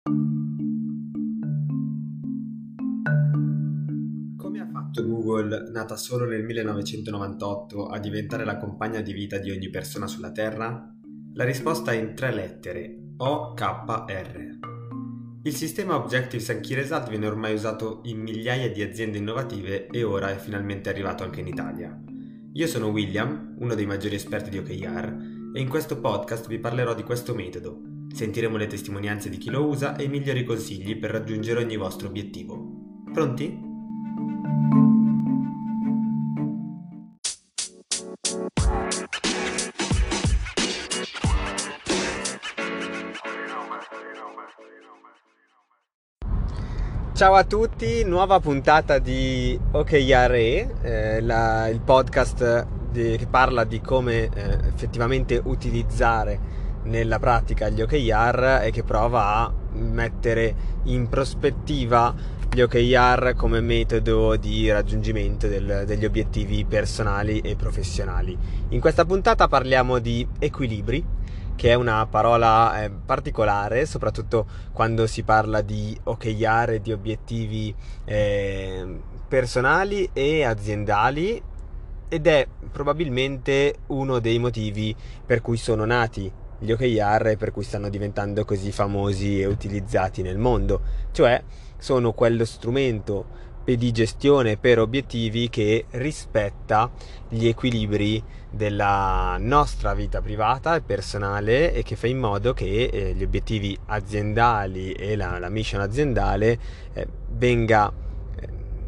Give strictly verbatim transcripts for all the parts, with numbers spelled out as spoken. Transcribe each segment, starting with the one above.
Come ha fatto Google, nata solo nel millenovecentonovantotto, a diventare la compagna di vita di ogni persona sulla Terra? La risposta è in tre lettere, O K R. Il sistema Objective and Key Result viene ormai usato in migliaia di aziende innovative e ora è finalmente arrivato anche in Italia. Io sono William, uno dei maggiori esperti di O K R, e in questo podcast vi parlerò di questo metodo. Sentiremo le testimonianze di chi lo usa e i migliori consigli per raggiungere ogni vostro obiettivo. Pronti? Ciao a tutti, nuova puntata di O K R E, eh, la, il podcast di, che parla di come eh, effettivamente utilizzare nella pratica gli O K R e che prova a mettere in prospettiva gli O K R come metodo di raggiungimento del, degli obiettivi personali e professionali. In questa puntata parliamo di equilibri, che è una parola eh, particolare, soprattutto quando si parla di O K R e di obiettivi eh, personali e aziendali, ed è probabilmente uno dei motivi per cui sono nati gli O K R e per cui stanno diventando così famosi e utilizzati nel mondo, cioè sono quello strumento di gestione per obiettivi che rispetta gli equilibri della nostra vita privata e personale e che fa in modo che eh, gli obiettivi aziendali e la, la mission aziendale eh, venga eh,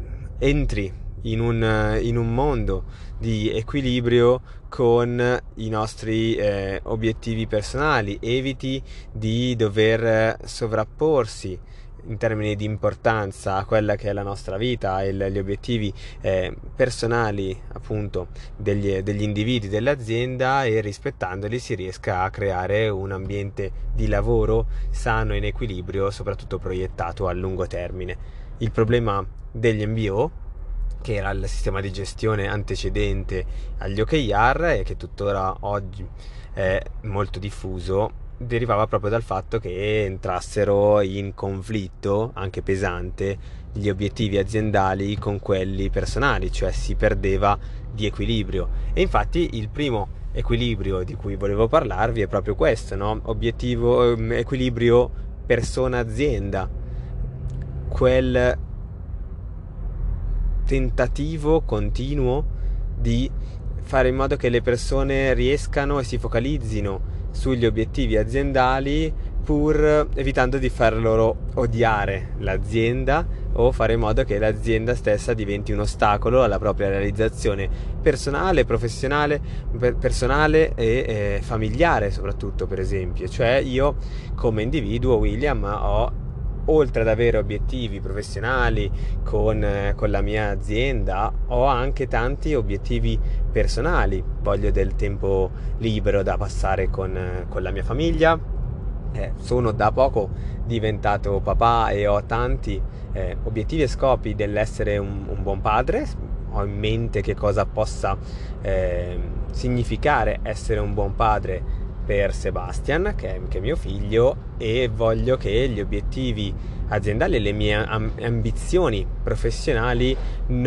entri in un, in un mondo di equilibrio con i nostri eh, obiettivi personali, eviti di dover sovrapporsi in termini di importanza a quella che è la nostra vita e gli obiettivi eh, personali appunto degli, degli individui dell'azienda, e rispettandoli si riesca a creare un ambiente di lavoro sano e in equilibrio, soprattutto proiettato a lungo termine. Il problema degli M B O, che era il sistema di gestione antecedente agli O K R e che tuttora oggi è molto diffuso, derivava proprio dal fatto che entrassero in conflitto anche pesante gli obiettivi aziendali con quelli personali, cioè si perdeva di equilibrio. E infatti il primo equilibrio di cui volevo parlarvi è proprio questo, no? Obiettivo, equilibrio persona-azienda, quel tentativo continuo di fare in modo che le persone riescano e si focalizzino sugli obiettivi aziendali, pur evitando di far loro odiare l'azienda o fare in modo che l'azienda stessa diventi un ostacolo alla propria realizzazione personale, professionale, per- personale e eh, familiare soprattutto, per esempio. Cioè io come individuo, William, ho, oltre ad avere obiettivi professionali con, eh, con la mia azienda, ho anche tanti obiettivi personali. Voglio del tempo libero da passare con, eh, con la mia famiglia. Eh, sono da poco diventato papà e ho tanti eh, obiettivi e scopi dell'essere un, un buon padre. Ho in mente che cosa possa eh, significare essere un buon padre per Sebastian, che è, che è mio figlio, e voglio che gli obiettivi aziendali e le mie am- ambizioni professionali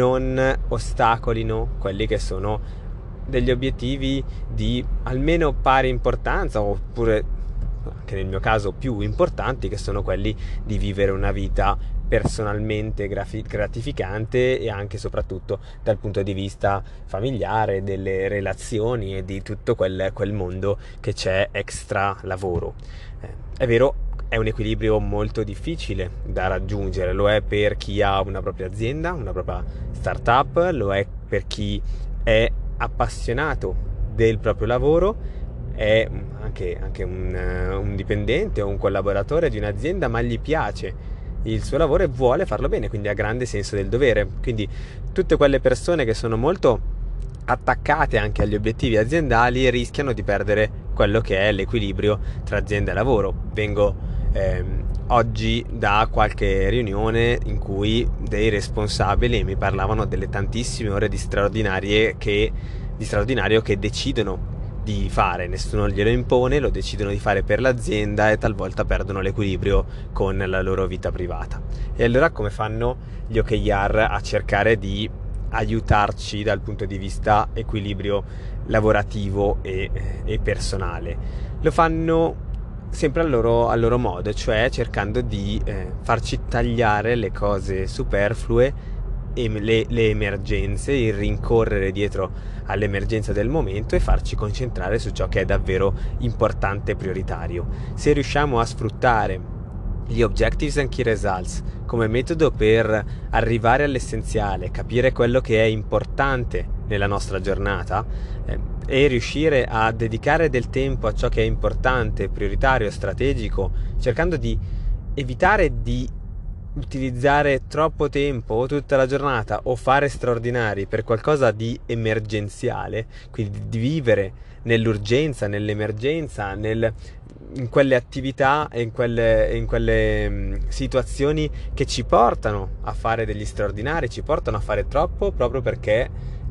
non ostacolino quelli che sono degli obiettivi di almeno pari importanza, oppure anche nel mio caso più importanti, che sono quelli di vivere una vita personalmente gratificante e anche e soprattutto dal punto di vista familiare, delle relazioni e di tutto quel, quel mondo che c'è extra lavoro. Eh, è vero, è un equilibrio molto difficile da raggiungere, lo è per chi ha una propria azienda, una propria startup, lo è per chi è appassionato del proprio lavoro, è anche, anche un, un dipendente o un collaboratore di un'azienda, ma gli piace il suo lavoro e vuole farlo bene, quindi ha grande senso del dovere. Quindi tutte quelle persone che sono molto attaccate anche agli obiettivi aziendali rischiano di perdere quello che è l'equilibrio tra azienda e lavoro. Vengo ehm, oggi da qualche riunione in cui dei responsabili mi parlavano delle tantissime ore di straordinarie che, di straordinario che decidono di fare, nessuno glielo impone, lo decidono di fare per l'azienda e talvolta perdono l'equilibrio con la loro vita privata. E allora come fanno gli O K R a cercare di aiutarci dal punto di vista equilibrio lavorativo e, e personale? Lo fanno sempre al loro, al loro modo, cioè cercando di eh, farci tagliare le cose superflue, Le, le emergenze, il rincorrere dietro all'emergenza del momento e farci concentrare su ciò che è davvero importante e prioritario. Se riusciamo a sfruttare gli Objectives and Key Results come metodo per arrivare all'essenziale, capire quello che è importante nella nostra giornata eh, e riuscire a dedicare del tempo a ciò che è importante, prioritario, strategico, cercando di evitare di utilizzare troppo tempo tutta la giornata o fare straordinari per qualcosa di emergenziale, quindi di vivere nell'urgenza, nell'emergenza, nel, in quelle attività e in quelle, in quelle mh, situazioni che ci portano a fare degli straordinari, ci portano a fare troppo proprio perché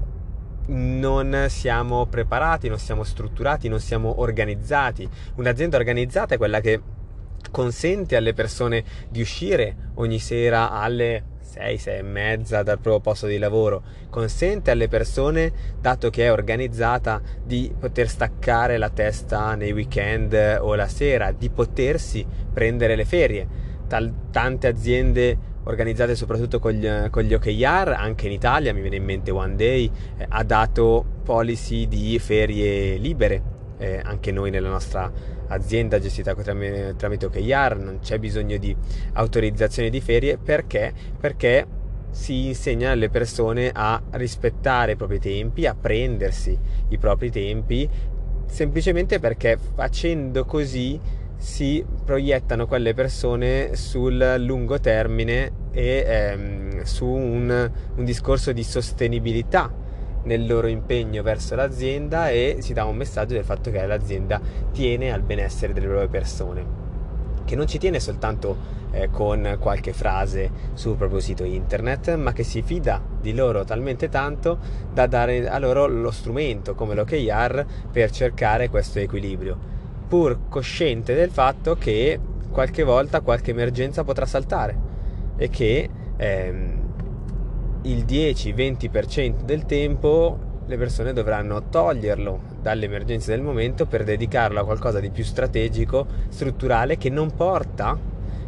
non siamo preparati, non siamo strutturati, non siamo organizzati. Un'azienda organizzata è quella che consente alle persone di uscire ogni sera alle sei, sei e mezza dal proprio posto di lavoro, consente alle persone, dato che è organizzata, di poter staccare la testa nei weekend o la sera, di potersi prendere le ferie. Tal- tante aziende organizzate soprattutto con gli, con gli O K R, anche in Italia, mi viene in mente One Day, eh, ha dato policy di ferie libere. Eh, anche noi nella nostra azienda gestita tramite, tramite O K R non c'è bisogno di autorizzazione di ferie. Perché? Perché si insegna alle persone a rispettare i propri tempi, a prendersi i propri tempi, semplicemente perché facendo così si proiettano quelle persone sul lungo termine e ehm, su un, un discorso di sostenibilità nel loro impegno verso l'azienda, e si dà un messaggio del fatto che l'azienda tiene al benessere delle proprie persone, che non ci tiene soltanto eh, con qualche frase sul proprio sito internet, ma che si fida di loro talmente tanto da dare a loro lo strumento come l'O K R per cercare questo equilibrio, pur cosciente del fatto che qualche volta qualche emergenza potrà saltare e che ehm, il dieci venti per cento del tempo le persone dovranno toglierlo dalle emergenze del momento per dedicarlo a qualcosa di più strategico, strutturale, che non porta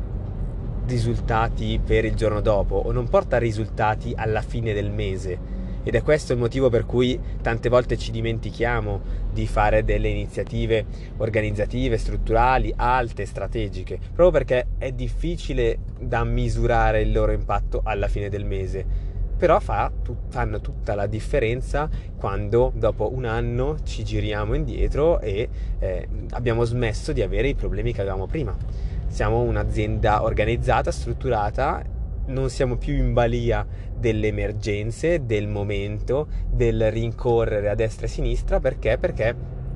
risultati per il giorno dopo o non porta risultati alla fine del mese. Ed è questo il motivo per cui tante volte ci dimentichiamo di fare delle iniziative organizzative, strutturali, alte, strategiche, proprio perché è difficile da misurare il loro impatto alla fine del mese. Però fa, tu, fanno tutta la differenza quando dopo un anno ci giriamo indietro e eh, abbiamo smesso di avere i problemi che avevamo prima. Siamo un'azienda organizzata, strutturata, non siamo più in balia delle emergenze, del momento, del rincorrere a destra e a sinistra. Perché? Perché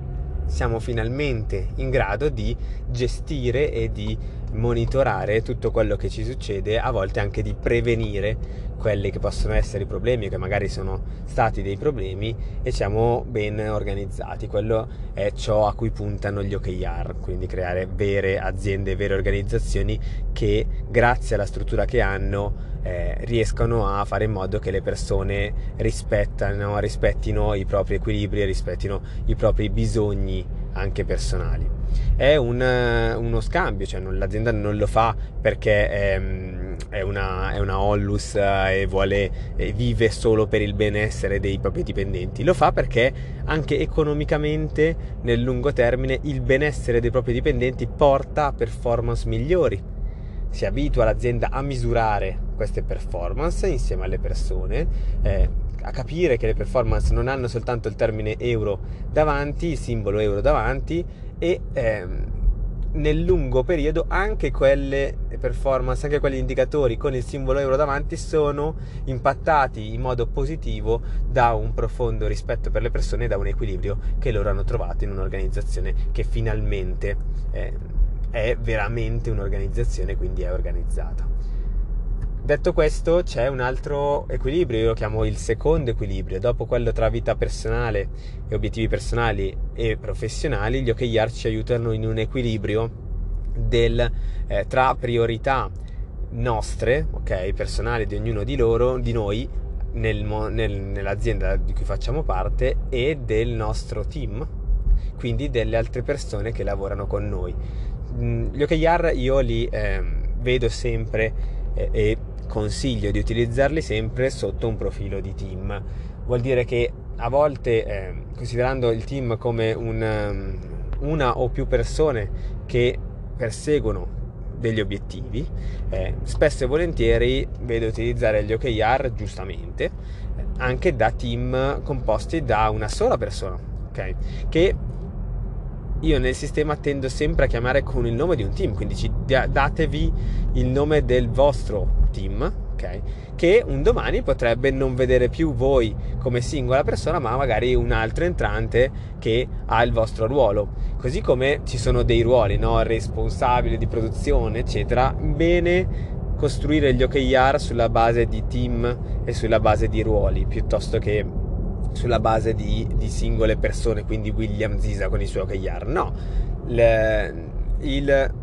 siamo finalmente in grado di gestire e di monitorare tutto quello che ci succede, a volte anche di prevenire quelli che possono essere i problemi, che magari sono stati dei problemi, e siamo ben organizzati. Quello è ciò a cui puntano gli O K R, quindi creare vere aziende, vere organizzazioni che grazie alla struttura che hanno eh, riescono a fare in modo che le persone rispettano, rispettino i propri equilibri e rispettino i propri bisogni anche personali. È un, uno scambio, cioè non, l'azienda non lo fa perché è, è una, è una Onlus e vuole e vive solo per il benessere dei propri dipendenti, lo fa perché anche economicamente nel lungo termine il benessere dei propri dipendenti porta a performance migliori. Si abitua l'azienda a misurare queste performance insieme alle persone, eh, a capire che le performance non hanno soltanto il termine euro davanti, il simbolo euro davanti, e ehm, nel lungo periodo anche quelle performance, anche quegli indicatori con il simbolo euro davanti sono impattati in modo positivo da un profondo rispetto per le persone e da un equilibrio che loro hanno trovato in un'organizzazione che finalmente eh, è veramente un'organizzazione, quindi è organizzata. Detto questo, c'è un altro equilibrio, io lo chiamo il secondo equilibrio. Dopo quello tra vita personale e obiettivi personali e professionali, gli O K R ci aiutano in un equilibrio del, eh, tra priorità nostre, ok, personali di ognuno di loro, di noi, nel, nel, nell'azienda di cui facciamo parte, e del nostro team, quindi delle altre persone che lavorano con noi. Gli O K R io li eh, vedo sempre eh, e consiglio di utilizzarli sempre sotto un profilo di team. Vuol dire che a volte, eh, considerando il team come un, una o più persone che perseguono degli obiettivi, eh, spesso e volentieri vedo utilizzare gli O K R, giustamente, anche da team composti da una sola persona, ok? Che io nel sistema tendo sempre a chiamare con il nome di un team, quindi ci datevi il nome del vostro team, ok? Che un domani potrebbe non vedere più voi come singola persona, ma magari un altro entrante che ha il vostro ruolo. Così come ci sono dei ruoli, no? Responsabile di produzione, eccetera. Bene costruire gli O K R sulla base di team e sulla base di ruoli, piuttosto che sulla base di, di singole persone, quindi William Zisa con i suoi O K R. No, le, il,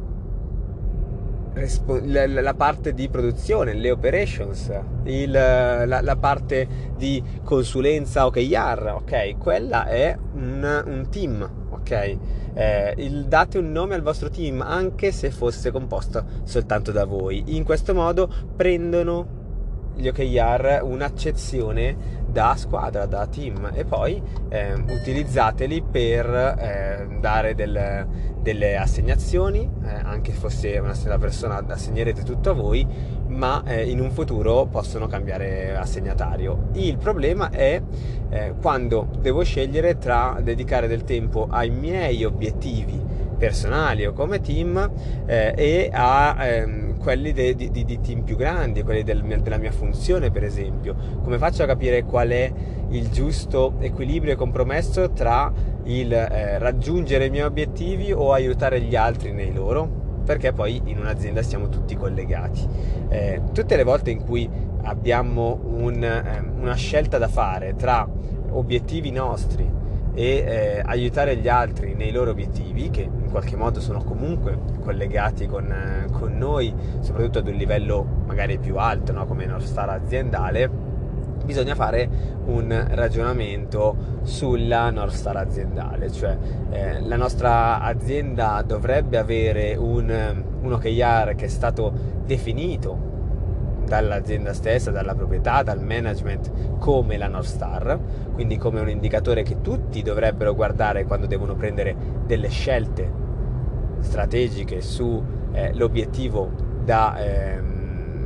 la, la parte di produzione, le operations, il, la, la parte di consulenza O K R, ok, quella è un, un team, ok. Eh, il, date un nome al vostro team anche se fosse composto soltanto da voi. In questo modo prendono gli O K R un'accezione da squadra, da team, e poi eh, utilizzateli per eh, dare del, delle assegnazioni, eh, anche se fosse una sola persona assegnerete tutto a voi, ma eh, in un futuro possono cambiare assegnatario. Il problema è eh, quando devo scegliere tra dedicare del tempo ai miei obiettivi personali o come team eh, e a ehm, quelli de, di, di team più grandi, quelli del, della mia funzione, per esempio. Come faccio a capire qual è il giusto equilibrio e compromesso tra il eh, raggiungere i miei obiettivi o aiutare gli altri nei loro? Perché poi in un'azienda siamo tutti collegati. Eh, tutte le volte in cui abbiamo un, eh, una scelta da fare tra obiettivi nostri e eh, aiutare gli altri nei loro obiettivi, che in qualche modo sono comunque collegati con, eh, con noi, soprattutto ad un livello magari più alto, no? Come North Star aziendale, bisogna fare un ragionamento sulla North Star aziendale, cioè eh, la nostra azienda dovrebbe avere un, un O K R che è stato definito dall'azienda stessa, dalla proprietà, dal management, come la North Star, quindi come un indicatore che tutti dovrebbero guardare quando devono prendere delle scelte strategiche su eh, l'obiettivo da, ehm,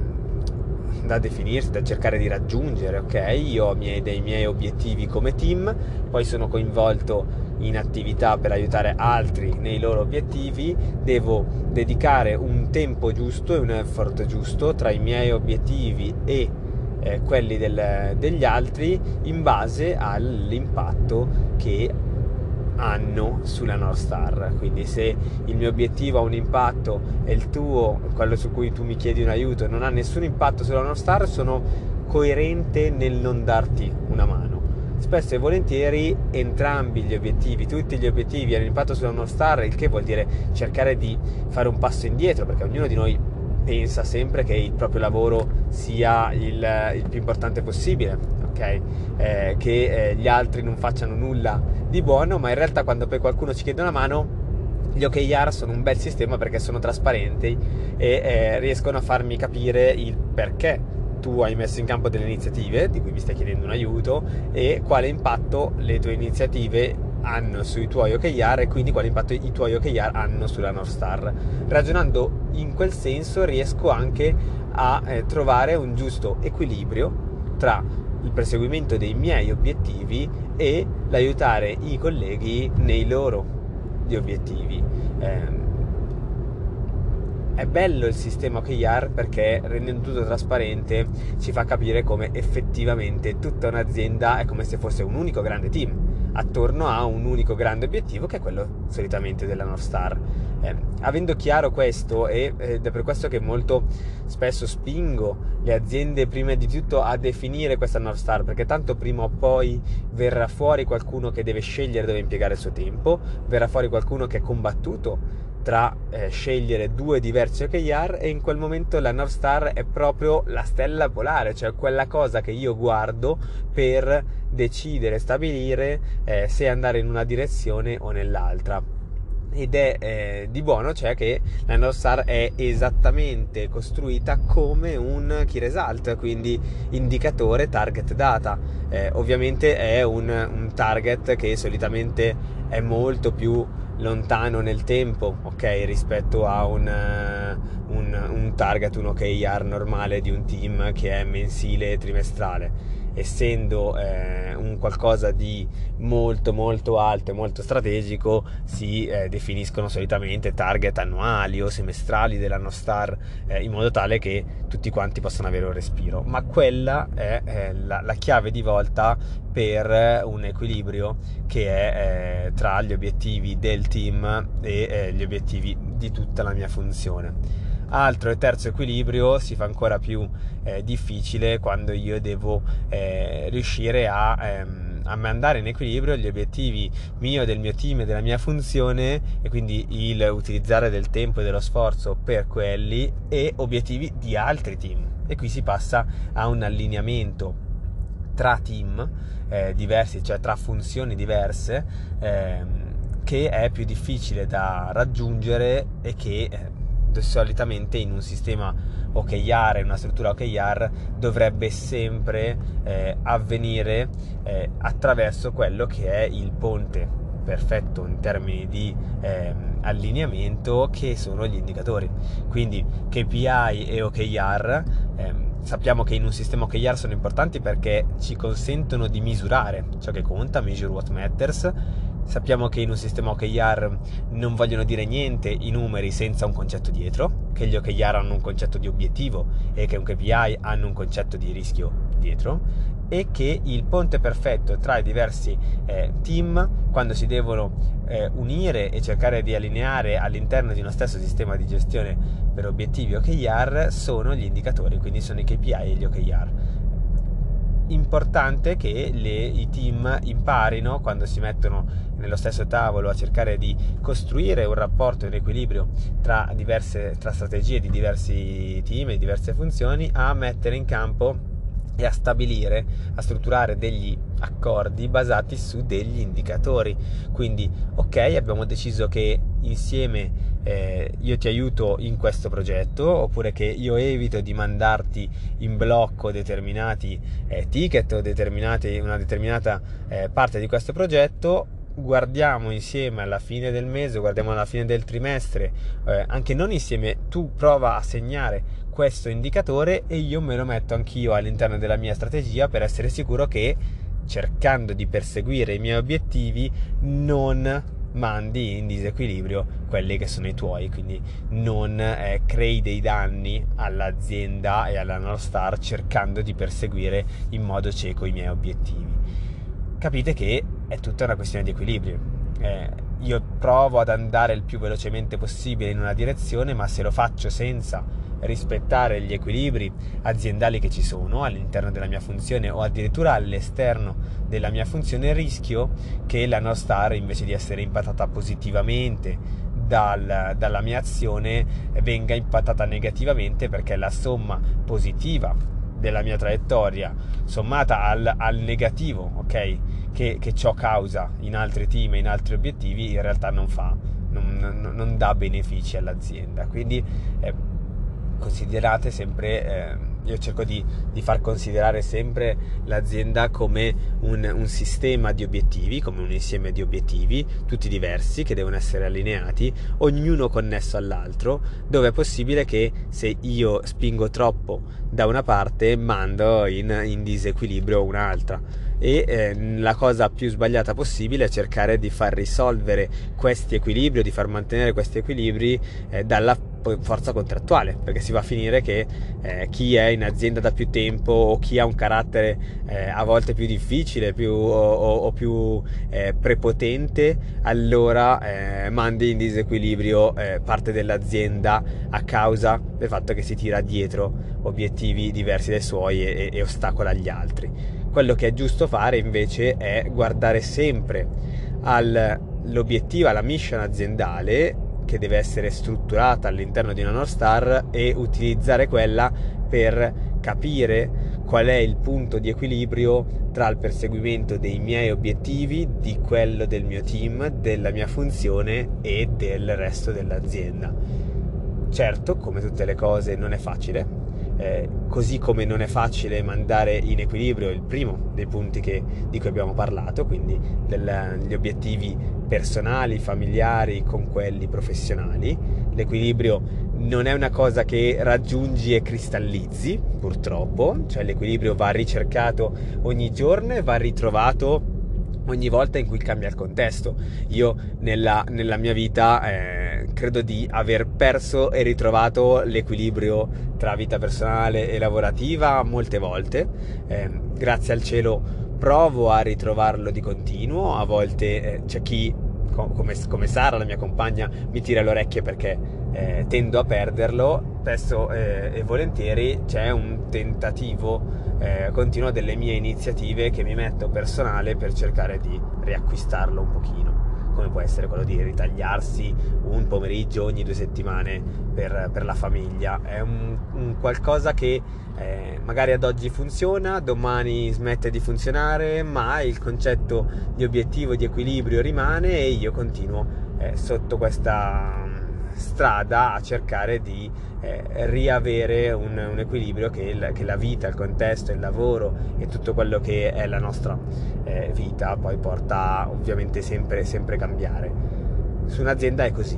da definirsi, da cercare di raggiungere. Ok, io ho miei, dei miei obiettivi come team, poi sono coinvolto in attività per aiutare altri nei loro obiettivi, devo dedicare un tempo giusto e un effort giusto tra i miei obiettivi e eh, quelli del, degli altri in base all'impatto che hanno sulla North Star. Quindi se il mio obiettivo ha un impatto e il tuo, quello su cui tu mi chiedi un aiuto, non ha nessun impatto sulla North Star, sono coerente nel non darti una mano. Spesso e volentieri entrambi gli obiettivi, tutti gli obiettivi hanno impatto sulla North Star, il che vuol dire cercare di fare un passo indietro, perché ognuno di noi pensa sempre che il proprio lavoro sia il, il più importante possibile, ok? Eh, che eh, gli altri non facciano nulla di buono, ma in realtà quando poi qualcuno ci chiede una mano, gli O K R sono un bel sistema perché sono trasparenti e eh, riescono a farmi capire il perché tu hai messo in campo delle iniziative di cui mi stai chiedendo un aiuto e quale impatto le tue iniziative hanno sui tuoi O K R e quindi quale impatto i tuoi O K R hanno sulla North Star. Ragionando in quel senso riesco anche a eh, trovare un giusto equilibrio tra il perseguimento dei miei obiettivi e l'aiutare i colleghi nei loro di obiettivi. Eh, È bello il sistema O K R perché rendendo tutto trasparente ci fa capire come effettivamente tutta un'azienda è come se fosse un unico grande team attorno a un unico grande obiettivo che è quello solitamente della North Star. Eh, avendo chiaro questo, e, ed è per questo che molto spesso spingo le aziende prima di tutto a definire questa North Star, perché tanto prima o poi verrà fuori qualcuno che deve scegliere dove impiegare il suo tempo, verrà fuori qualcuno che è combattuto tra eh, scegliere due diversi O K R, e in quel momento la North Star è proprio la stella polare, cioè quella cosa che io guardo per decidere, stabilire eh, se andare in una direzione o nell'altra. Ed è eh, di buono, cioè che la North Star è esattamente costruita come un key result, quindi indicatore target data. Eh, ovviamente è un, un target che solitamente è molto più lontano nel tempo, ok, rispetto a un, un, un target, un O K R normale di un team che è mensile e trimestrale. Essendo eh, un qualcosa di molto molto alto e molto strategico, si eh, definiscono solitamente target annuali o semestrali della North Star, eh, in modo tale che tutti quanti possano avere un respiro. Ma quella è eh, la, la chiave di volta per un equilibrio che è eh, tra gli obiettivi del team e eh, gli obiettivi di tutta la mia funzione. Altro e terzo equilibrio si fa ancora più eh, difficile quando io devo eh, riuscire a, ehm, a mandare in equilibrio gli obiettivi mio, del mio team e della mia funzione, e quindi il utilizzare del tempo e dello sforzo per quelli, e obiettivi di altri team. E qui si passa a un allineamento tra team eh, diversi, cioè tra funzioni diverse, ehm, che è più difficile da raggiungere e che eh, solitamente in un sistema O K R, in una struttura O K R, dovrebbe sempre eh, avvenire eh, attraverso quello che è il ponte perfetto in termini di eh, allineamento, che sono gli indicatori. Quindi K P I e O K R, eh, sappiamo che in un sistema O K R sono importanti perché ci consentono di misurare ciò che conta, measure what matters. Sappiamo che in un sistema O K R non vogliono dire niente i numeri senza un concetto dietro, che gli O K R hanno un concetto di obiettivo e che un K P I hanno un concetto di rischio dietro, e che il ponte perfetto tra i diversi eh, team, quando si devono eh, unire e cercare di allineare all'interno di uno stesso sistema di gestione per obiettivi O K R, sono gli indicatori, quindi sono i K P I e gli O K R. Importante che le, i team imparino, quando si mettono nello stesso tavolo a cercare di costruire un rapporto in equilibrio tra diverse tra strategie di diversi team e diverse funzioni, a mettere in campo e a stabilire, a strutturare degli accordi basati su degli indicatori. Quindi, ok, abbiamo deciso che insieme eh, io ti aiuto in questo progetto, oppure che io evito di mandarti in blocco determinati eh, ticket o determinati, una determinata eh, parte di questo progetto. Guardiamo insieme alla fine del mese, guardiamo alla fine del trimestre, eh, anche non insieme, tu prova a segnare questo indicatore e io me lo metto anch'io all'interno della mia strategia, per essere sicuro che, cercando di perseguire i miei obiettivi, non mandi in disequilibrio quelli che sono i tuoi, quindi non eh, crei dei danni all'azienda e alla North Star cercando di perseguire in modo cieco i miei obiettivi. Capite che è tutta una questione di equilibrio. Eh, io provo ad andare il più velocemente possibile in una direzione, ma se lo faccio senza rispettare gli equilibri aziendali che ci sono all'interno della mia funzione, o addirittura all'esterno della mia funzione, rischio che la North Star, invece di essere impattata positivamente dal, dalla mia azione, venga impattata negativamente, perché la somma positiva della mia traiettoria sommata al, al negativo, ok, che, che ciò causa in altri team e in altri obiettivi, in realtà non fa, non, non, non dà benefici all'azienda. Quindi eh, considerate sempre, eh, io cerco di, di far considerare sempre l'azienda come un, un sistema di obiettivi, come un insieme di obiettivi, tutti diversi, che devono essere allineati, ognuno connesso all'altro, dove è possibile che se io spingo troppo da una parte mando in, in disequilibrio un'altra. E eh, la cosa più sbagliata possibile è cercare di far risolvere questi equilibri, di far mantenere questi equilibri eh, dalla poi forza contrattuale, perché si va a finire che eh, chi è in azienda da più tempo o chi ha un carattere eh, a volte più difficile più, o, o più eh, prepotente, allora eh, mandi in disequilibrio eh, parte dell'azienda a causa del fatto che si tira dietro obiettivi diversi dai suoi e, e ostacola gli altri. Quello che è giusto fare invece è guardare sempre all'obiettivo, alla mission aziendale, che deve essere strutturata all'interno di una North Star, e utilizzare quella per capire qual è il punto di equilibrio tra il perseguimento dei miei obiettivi, di quello del mio team, della mia funzione e del resto dell'azienda. Certo, come tutte le cose, non è facile. Eh, così come non è facile mandare in equilibrio il primo dei punti che, di cui abbiamo parlato, quindi degli obiettivi personali, familiari con quelli professionali. L'equilibrio non è una cosa che raggiungi e cristallizzi, purtroppo, cioè l'equilibrio va ricercato ogni giorno e va ritrovato ogni volta in cui cambia il contesto. Io nella, nella mia vita eh, credo di aver perso e ritrovato l'equilibrio tra vita personale e lavorativa molte volte. Eh, grazie al cielo provo a ritrovarlo di continuo. A volte eh, c'è chi, come, come Sara, la mia compagna, mi tira le orecchie perché eh, tendo a perderlo. Spesso eh, e volentieri c'è un tentativo eh, continuo delle mie iniziative che mi metto personale per cercare di riacquistarlo un pochino, come può essere quello di ritagliarsi un pomeriggio ogni due settimane per, per la famiglia. È un, un qualcosa che eh, magari ad oggi funziona, domani smette di funzionare, ma il concetto di obiettivo, di equilibrio rimane, e io continuo eh, sotto questa strada a cercare di eh, riavere un, un equilibrio che, il, che la vita, il contesto, il lavoro e tutto quello che è la nostra eh, vita poi porta ovviamente sempre, sempre a cambiare. Su un'azienda è così,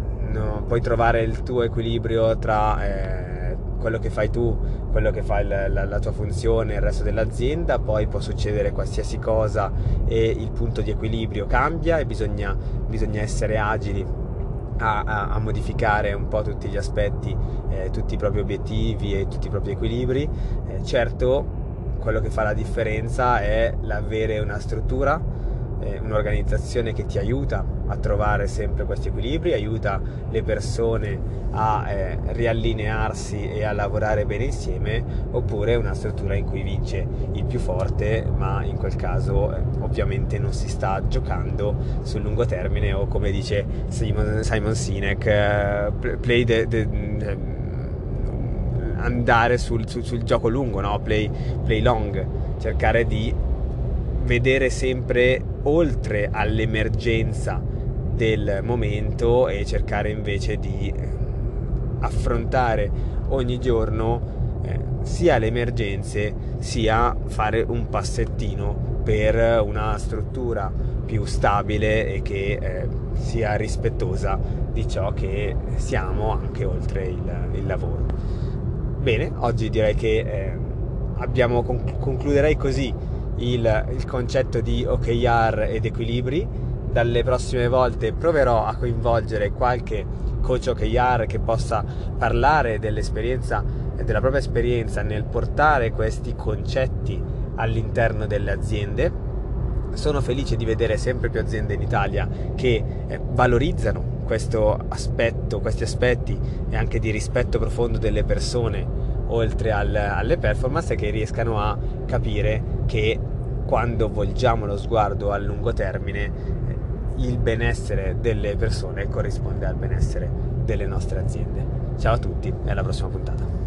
no? Puoi trovare il tuo equilibrio tra eh, quello che fai tu, quello che fa il, la, la tua funzione e il resto dell'azienda, poi può succedere qualsiasi cosa e il punto di equilibrio cambia e bisogna, bisogna essere agili A, a, a modificare un po' tutti gli aspetti, eh, tutti i propri obiettivi e tutti i propri equilibri. Eh, certo, quello che fa la differenza è l'avere una struttura, eh, un'organizzazione che ti aiuta a trovare sempre questi equilibri, aiuta le persone a eh, riallinearsi e a lavorare bene insieme, oppure una struttura in cui vince il più forte, ma in quel caso eh, ovviamente non si sta giocando sul lungo termine, o come dice Simon, Simon Sinek, eh, play the, the, the, andare sul, sul, sul gioco lungo, no? play, play long, cercare di vedere sempre oltre all'emergenza del momento e cercare invece di affrontare ogni giorno eh, sia le emergenze sia fare un passettino per una struttura più stabile e che eh, sia rispettosa di ciò che siamo anche oltre il, il lavoro. Bene, oggi direi che eh, abbiamo concluderei così il, il concetto di O K R ed equilibri. Dalle prossime volte proverò a coinvolgere qualche coach O K R che possa parlare dell'esperienza, della propria esperienza nel portare questi concetti all'interno delle aziende. Sono felice di vedere sempre più aziende in Italia che eh, valorizzano questo aspetto, questi aspetti e anche di rispetto profondo delle persone oltre al, alle performance, e che riescano a capire che quando volgiamo lo sguardo a lungo termine il benessere delle persone corrisponde al benessere delle nostre aziende. Ciao a tutti e alla prossima puntata.